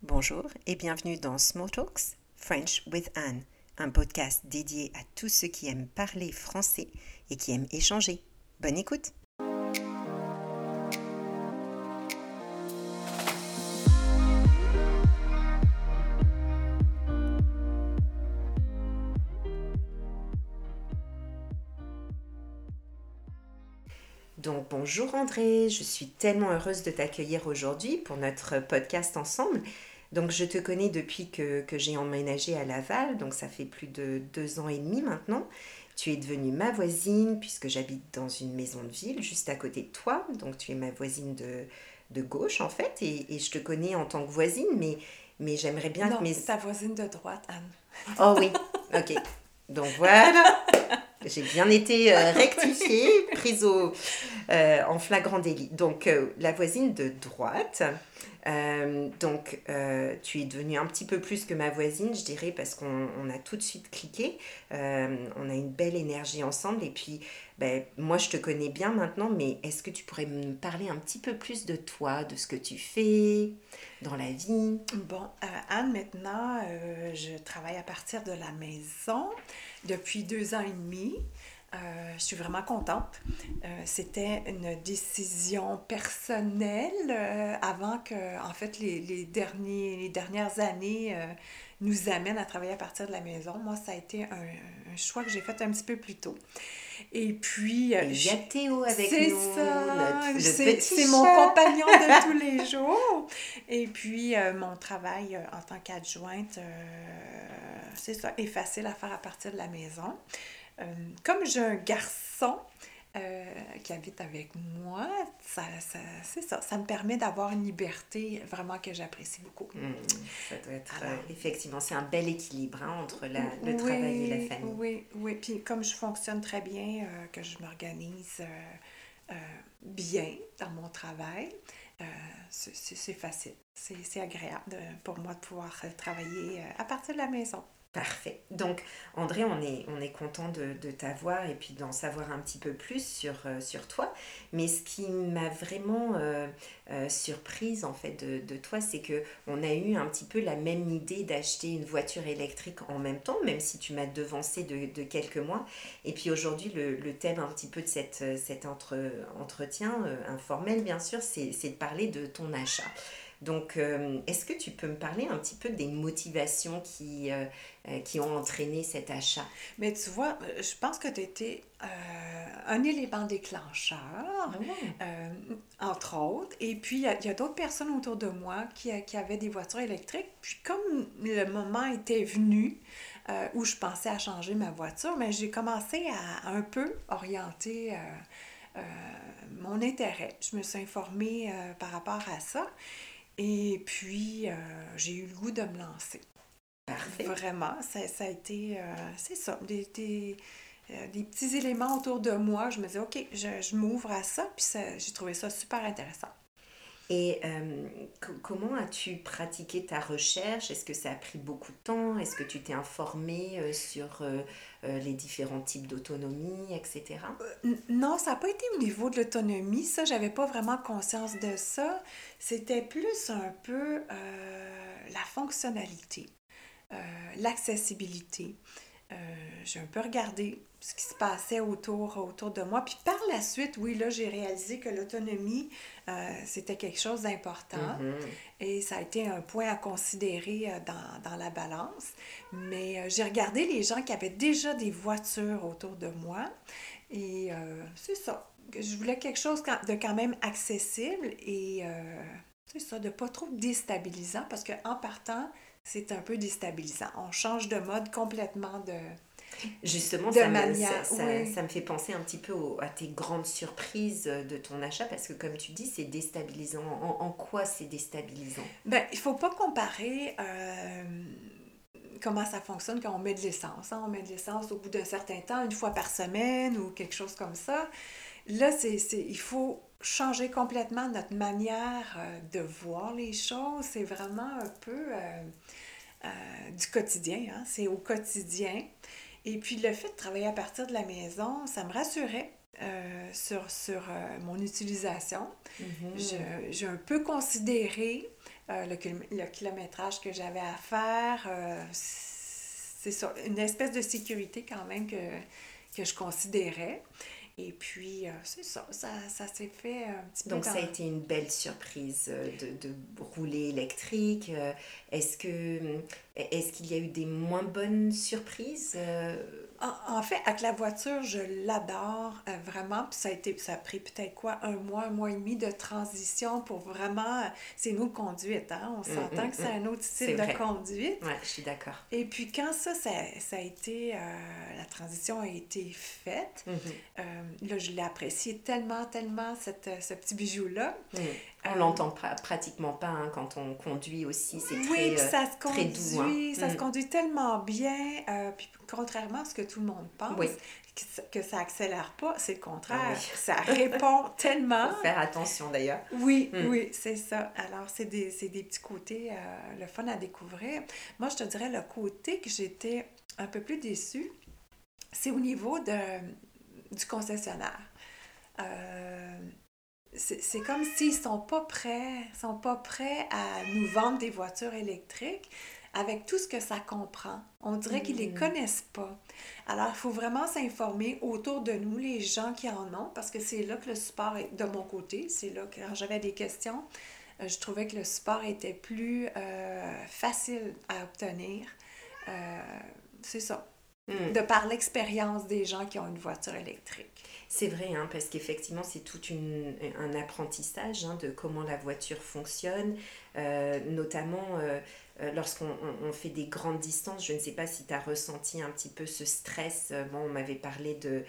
Bonjour et bienvenue dans Small Talks French with Anne, un podcast dédié à tous ceux qui aiment parler français et qui aiment échanger. Bonne écoute! Donc bonjour André, je suis tellement heureuse de t'accueillir aujourd'hui pour notre podcast ensemble. Donc je te connais depuis que j'ai emménagé à Laval, donc ça fait plus de 2 ans et demi maintenant. Tu es devenue ma voisine puisque j'habite dans une maison de ville juste à côté de toi. Donc tu es ma voisine de gauche en fait et je te connais en tant que voisine, mais j'aimerais bien que Non, mes... ta voisine de droite, Anne. Oh oui, ok. Donc voilà, j'ai bien été rectifiée, prise en flagrant délit. Donc, la voisine de droite. Tu es devenue un petit peu plus que ma voisine, je dirais, parce qu'on a tout de suite cliqué. On a une belle énergie ensemble. Et puis, ben, moi, je te connais bien maintenant, mais est-ce que tu pourrais me parler un petit peu plus de toi, de ce que tu fais dans la vie? Bon, Anne, maintenant, je travaille à partir de la maison depuis 2 ans et demi. Je suis vraiment contente. C'était une décision personnelle avant que, en fait, les dernières années nous amènent à travailler à partir de la maison. Moi, ça a été un choix que j'ai fait un petit peu plus tôt. Et puis, Et il y a Théo avec c'est nous, ça, le petit c'est mon chat. compagnon de tous les jours. Et puis, mon travail en tant qu'adjointe, c'est ça, est facile à faire à partir de la maison. Comme j'ai un garçon qui habite avec moi, c'est ça, ça me permet d'avoir une liberté vraiment que j'apprécie beaucoup. Ça doit être, Alors, effectivement, c'est un bel équilibre hein, entre le travail et la oui, famille. oui, oui. Puis comme je fonctionne très bien, que je m'organise euh, bien dans mon travail, euh, c'est facile. C'est agréable pour moi de pouvoir travailler à partir de la maison. Parfait. Donc, André, on est content de t'avoir et puis d'en savoir un petit peu plus sur toi. Mais ce qui m'a vraiment surprise en fait de toi, c'est que on a eu un petit peu la même idée d'acheter une voiture électrique en même temps, même si tu m'as devancé de quelques mois. Et puis aujourd'hui, le thème un petit peu de entretien informel, bien sûr, c'est de parler de ton achat. Donc, est-ce que tu peux me parler un petit peu des motivations qui ont entraîné cet achat? Mais tu vois, je pense que tu étais un élément déclencheur, Oh, euh, entre autres. Et puis, il y a d'autres personnes autour de moi qui avaient des voitures électriques. Puis, comme le moment était venu où je pensais à changer ma voiture, mais j'ai commencé à un peu orienter euh, mon intérêt. Je me suis informée par rapport à ça. Et puis, j'ai eu le goût de me lancer. parfait. Vraiment, ça a été, c'est ça, des petits éléments autour de moi. Je me dis, OK, je m'ouvre à ça, puis j'ai trouvé ça super intéressant. Et comment as-tu pratiqué ta recherche? Est-ce que ça a pris beaucoup de temps? Est-ce que tu t'es informé sur les différents types d'autonomie, etc.? Non, ça n'a pas été au niveau de l'autonomie, ça, j'avais pas vraiment conscience de ça. C'était plus un peu la fonctionnalité, euh, l'accessibilité. Euh, j'ai un peu regardé ce qui se passait autour de moi. Puis par la suite, oui, là, j'ai réalisé que l'autonomie, c'était quelque chose d'important Mhm. et ça a été un point à considérer dans la balance. Mais j'ai regardé les gens qui avaient déjà des voitures autour de moi et c'est ça. Je voulais quelque chose de quand même accessible et c'est ça, de pas trop déstabilisant parce qu'en partant, c'est un peu déstabilisant. On change de mode complètement Justement, de manière. ça Oui. me fait penser un petit peu à tes grandes surprises de ton achat, parce que comme tu dis, c'est déstabilisant. En quoi c'est déstabilisant? Ben, il faut pas comparer comment ça fonctionne quand on met de l'essence, hein. On met de l'essence au bout d'un certain temps, une fois par semaine ou quelque chose comme ça. Là, il faut changer complètement notre manière de voir les choses. C'est vraiment un peu du quotidien, hein. C'est au quotidien. Et puis le fait de travailler à partir de la maison, ça me rassurait sur mon utilisation. Mhm. J'ai un peu considéré le kilométrage que j'avais à faire. C'est ça, une espèce de sécurité quand même que je considérais. Et puis, c'est ça, ça s'est fait un petit peu Donc dans... ça a été une belle surprise de rouler électrique. Est-ce qu'il y a eu des moins bonnes surprises En fait, avec la voiture, je l'adore vraiment. Puis ça a pris peut-être quoi, un mois et demi de transition pour vraiment. C'est une autre conduite, hein? On s'entend que c'est un autre C'est style de vrai. conduite. Ouais, je suis d'accord. Et puis quand ça a été, la transition a été faite, Mhm. là, je l'ai apprécié tellement, tellement, ce petit bijou-là. Mhm. On Euh, l'entend pratiquement pas hein, quand on conduit aussi. C'est Oui, puis très doux. Hein. ça se conduit tellement bien, puis contrairement à ce que tout le monde pense, Oui. que ça accélère pas, c'est le Ah oui. contraire. Ça répond tellement. Faut faire attention d'ailleurs. Oui, Mm. oui, c'est ça. Alors, c'est des petits côtés, le fun à découvrir. Moi, je te dirais, le côté que j'étais un peu plus déçue, c'est au niveau du concessionnaire. Euh, c'est comme s'ils sont pas prêts à nous vendre des voitures électriques avec tout ce que ça comprend. On dirait qu'ils les Mm. connaissent pas. Alors, il faut vraiment s'informer autour de nous, les gens qui en ont, parce que c'est là que le support est de mon côté. C'est là que quand j'avais des questions, je trouvais que le support était plus facile à obtenir. Euh, c'est ça. Mm. De par l'expérience des gens qui ont une voiture électrique. C'est vrai, hein, parce qu'effectivement, c'est tout un apprentissage hein, de comment la voiture fonctionne, notamment lorsqu'on on fait des grandes distances. Je ne sais pas si tu as ressenti un petit peu ce stress. Bon, on m'avait parlé de...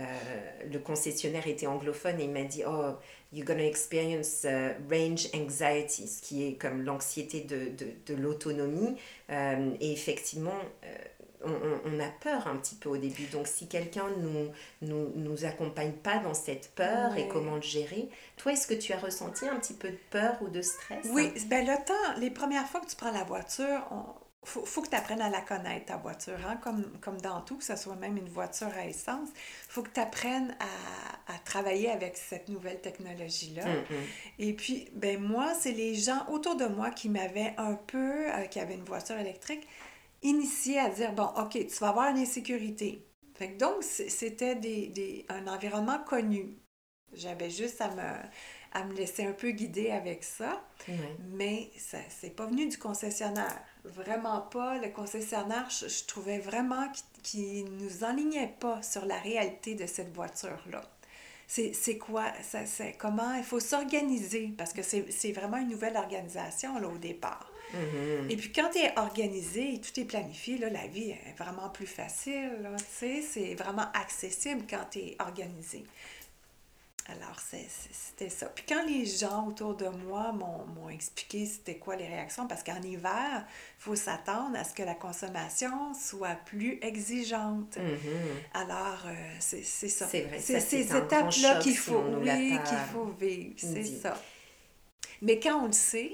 le concessionnaire était anglophone et il m'a dit, oh, you're gonna experience range anxiety, ce qui est comme l'anxiété de l'autonomie. Et effectivement... on a peur un petit peu au début. Donc, si quelqu'un nous accompagne pas dans cette peur et Ouais. comment le gérer, toi, est-ce que tu as ressenti un petit peu de peur ou de stress? Oui, ben le temps, les premières fois que tu prends la voiture, faut que tu apprennes à la connaître, ta voiture, hein? Comme dans tout, que ce soit même une voiture à essence. Faut que tu apprennes à travailler avec cette nouvelle technologie-là. Hum, hum. Et puis, ben moi, c'est les gens autour de moi qui m'avaient un peu, qui avaient une voiture électrique, initiés à dire, bon, OK, tu vas avoir une insécurité. Fait que donc, c'était un environnement connu. J'avais juste à me laisser un peu guider avec ça. Ouais. Mais ça, c'est pas venu du concessionnaire. Vraiment pas. Le concessionnaire, je trouvais vraiment qu'il nous enlignait pas sur la réalité de cette voiture-là. C'est quoi? Comment? Il faut s'organiser parce que c'est vraiment une nouvelle organisation là, au départ. Mhm. Et puis quand tu es organisé et tout est planifié, là, la vie est vraiment plus facile. Là, tu sais, c'est vraiment accessible quand tu es organisé. Alors, c'était ça. Puis quand les gens autour de moi m'ont expliqué c'était quoi les réactions, parce qu'en hiver, il faut s'attendre à ce que la consommation soit plus exigeante. Mhm. Alors, c'est ça. C'est vrai, C'est ça ces c'est un grand étapes-là choc si on nous l'a oui, qu'il pas faut vivre, c'est dit. ça. Mais quand on le sait,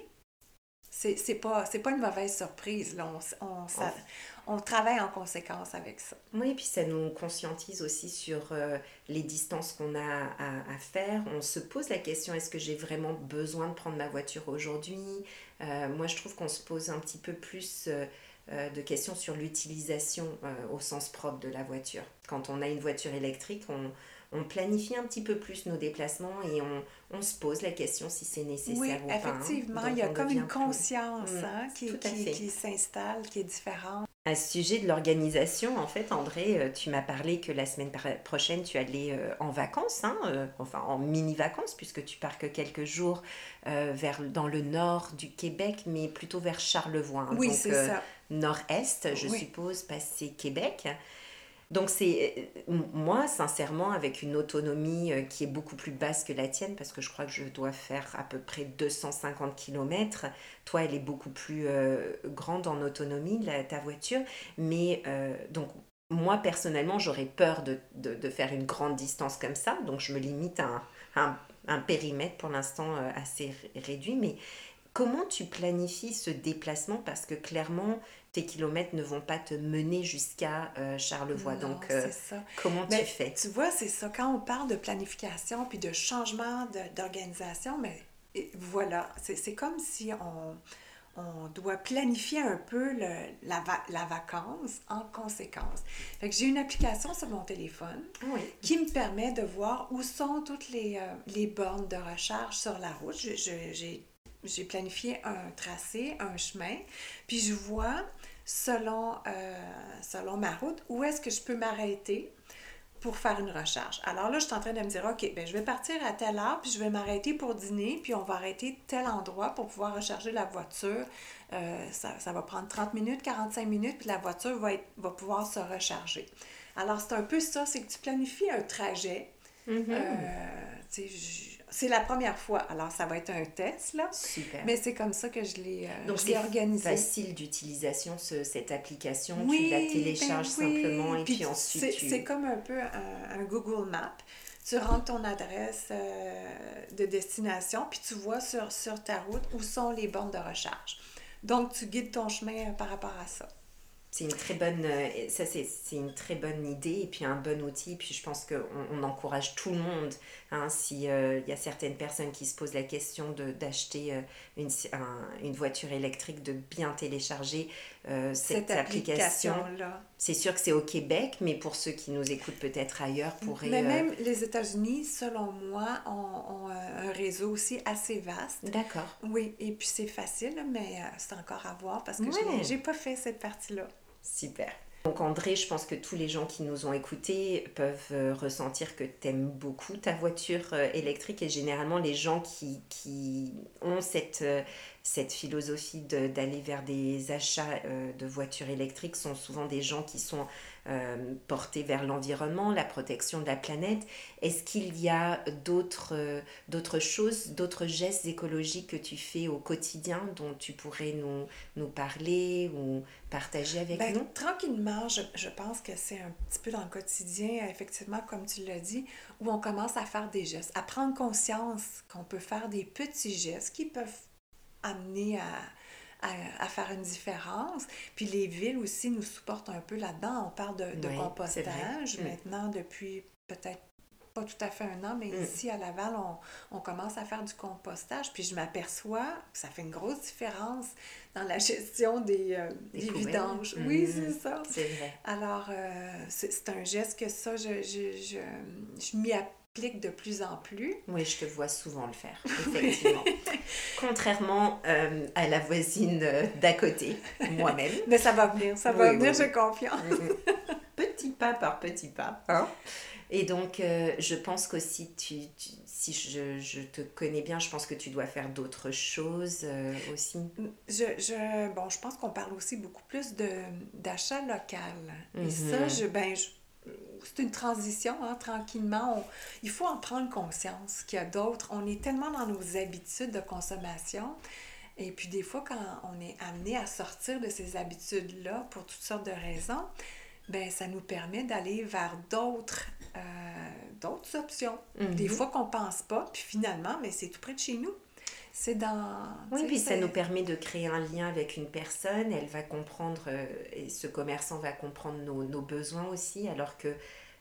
c'est pas une mauvaise surprise. Là. On travaille en conséquence avec ça. Oui, puis ça nous conscientise aussi sur les distances qu'on a à faire. On se pose la question, est-ce que j'ai vraiment besoin de prendre ma voiture aujourd'hui? Moi, je trouve qu'on se pose un petit peu plus de questions sur l'utilisation au sens propre de la voiture. Quand on a une voiture électrique, on planifie un petit peu plus nos déplacements et on se pose la question si c'est Oui, nécessaire ou pas. Hein. effectivement, il Donc y a on comme une devient plus... conscience hein, tout à fait. qui s'installe, qui est différente. À ce sujet de l'organisation, en fait, André, tu m'as parlé que la semaine prochaine, tu allais en vacances, hein, enfin en mini-vacances, puisque tu pars que quelques jours dans le nord du Québec, mais plutôt vers Charlevoix, hein, Oui, donc c'est ça. nord-est, je Oui. suppose, passer Québec. Donc c'est moi sincèrement avec une autonomie qui est beaucoup plus basse que la tienne parce que je crois que je dois faire à peu près 250 km. Toi elle est beaucoup plus grande en autonomie ta voiture mais donc moi personnellement j'aurais peur de faire une grande distance comme ça donc je me limite à un périmètre pour l'instant assez réduit mais comment tu planifies ce déplacement? Parce que clairement, tes kilomètres ne vont pas te mener jusqu'à Charlevoix. Non, Donc, c'est ça. comment tu Mais fais? tu vois, c'est ça. Quand on parle de planification puis de changement d'organisation, mais Et voilà, c'est comme si on doit planifier un peu la vacance en conséquence. Fait que j'ai une application sur mon téléphone Oui. qui me permet de voir où sont toutes les bornes de recharge sur la route. J'ai planifié un tracé, un chemin, puis je vois, selon ma route, où est-ce que je peux m'arrêter pour faire une recharge. Alors là, je suis en train de me dire, OK, ben, je vais partir à telle heure, puis je vais m'arrêter pour dîner, puis on va arrêter tel endroit pour pouvoir recharger la voiture. Ça va prendre 30 minutes, 45 minutes, puis la voiture va pouvoir se recharger. Alors, c'est un peu ça, c'est que tu planifies un trajet. Mhm. C'est la première fois, alors ça va être un test, là, Super. mais c'est comme ça que Donc je l'ai c'est organisé. facile d'utilisation, cette application. Tu la Oui, télécharges ben simplement oui. et Puis puis ensuite c'est tu... comme un peu un Google Map. Tu rentres ton adresse de destination, puis tu vois sur ta route où sont les bornes de recharge. Donc, tu guides ton chemin par rapport à ça. C'est une très bonne, c'est une très bonne idée et puis un bon outil. Puis je pense qu'on encourage tout le monde. Hein, si il y a certaines personnes qui se posent la question d'acheter une voiture électrique, de bien télécharger Cette cette application. application-là. C'est sûr que c'est au Québec, mais pour ceux qui nous écoutent peut-être ailleurs, Mais pourraient... même les États-Unis, selon moi, ont un réseau aussi assez vaste. D'accord. Oui, et puis c'est facile, mais c'est encore à voir parce que Ouais. j'ai pas fait cette partie-là. Super. Donc André, je pense que tous les gens qui nous ont écoutés peuvent ressentir que tu aimes beaucoup ta voiture électrique et généralement les gens qui ont cette philosophie d'aller vers des achats de voitures électriques sont souvent des gens qui sont portés vers l'environnement, la protection de la planète. Est-ce qu'il y a d'autres choses, d'autres gestes écologiques que tu fais au quotidien dont tu pourrais nous parler ou partager avec Ben, nous? tranquillement, je pense que c'est un petit peu dans le quotidien, effectivement, comme tu l'as dit, où on commence à faire des gestes, à prendre conscience qu'on peut faire des petits gestes qui peuvent amener à faire une différence. Puis les villes aussi nous supportent un peu là-dedans. On parle de Oui, c'est vrai. compostage maintenant depuis peut-être pas tout à fait un an, mais Mm. ici à Laval, on commence à faire du compostage. Puis je m'aperçois que ça fait une grosse différence dans la gestion Des des poubelles. vidanges. Oui, Mm. c'est ça. C'est vrai. Alors, c'est un geste que ça, je m'y applique de plus en plus. Oui, je te vois souvent le faire, Oui. effectivement. Contrairement à la voisine d'à côté, moi-même. Mais ça va Oui, oui, venir, j'ai oui. confiance. Mm, mm. Petit pas par petit pas. Hein. Et donc, je pense qu'aussi, si je te connais bien, je pense que tu dois faire d'autres choses aussi. Bon, je pense qu'on parle aussi beaucoup plus d'achat local. Et ça, Mhm. c'est une transition, hein, tranquillement. Il faut en prendre conscience qu'il y a d'autres. On est tellement dans nos habitudes de consommation. Et puis des fois, quand on est amené à sortir de ces habitudes-là pour toutes sortes de raisons, ben ça nous permet d'aller vers d'autres options. Des Mhm. fois qu'on pense pas, puis finalement, mais c'est tout près de chez nous. C'est dans... Oui, Tu sais, puis ça nous c'est... permet de créer un lien avec une personne, elle va comprendre, et ce commerçant va comprendre nos besoins aussi, alors que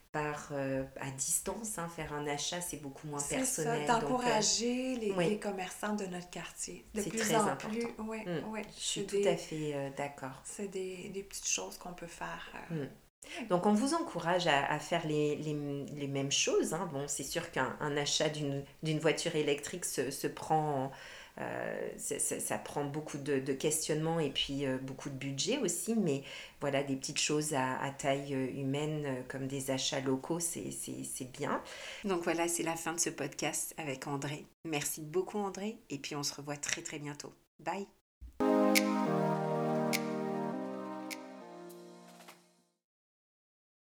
à distance, hein, faire un achat, c'est beaucoup moins C'est ça, personnel. Donc, d'encourager les oui, commerçants de notre quartier. De c'est plus très en plus, important. oui, Mm. oui. Je suis tout à fait d'accord. C'est des petites choses qu'on peut faire. Mm. Donc, on vous encourage à faire les mêmes choses. Hein. Bon, c'est sûr qu'un achat d'une voiture électrique se prend, ça prend beaucoup de questionnements et puis beaucoup de budget aussi. Mais voilà, des petites choses à taille humaine comme des achats locaux, c'est bien. Donc voilà, c'est la fin de ce podcast avec André. Merci beaucoup André et puis on se revoit très très bientôt. Bye!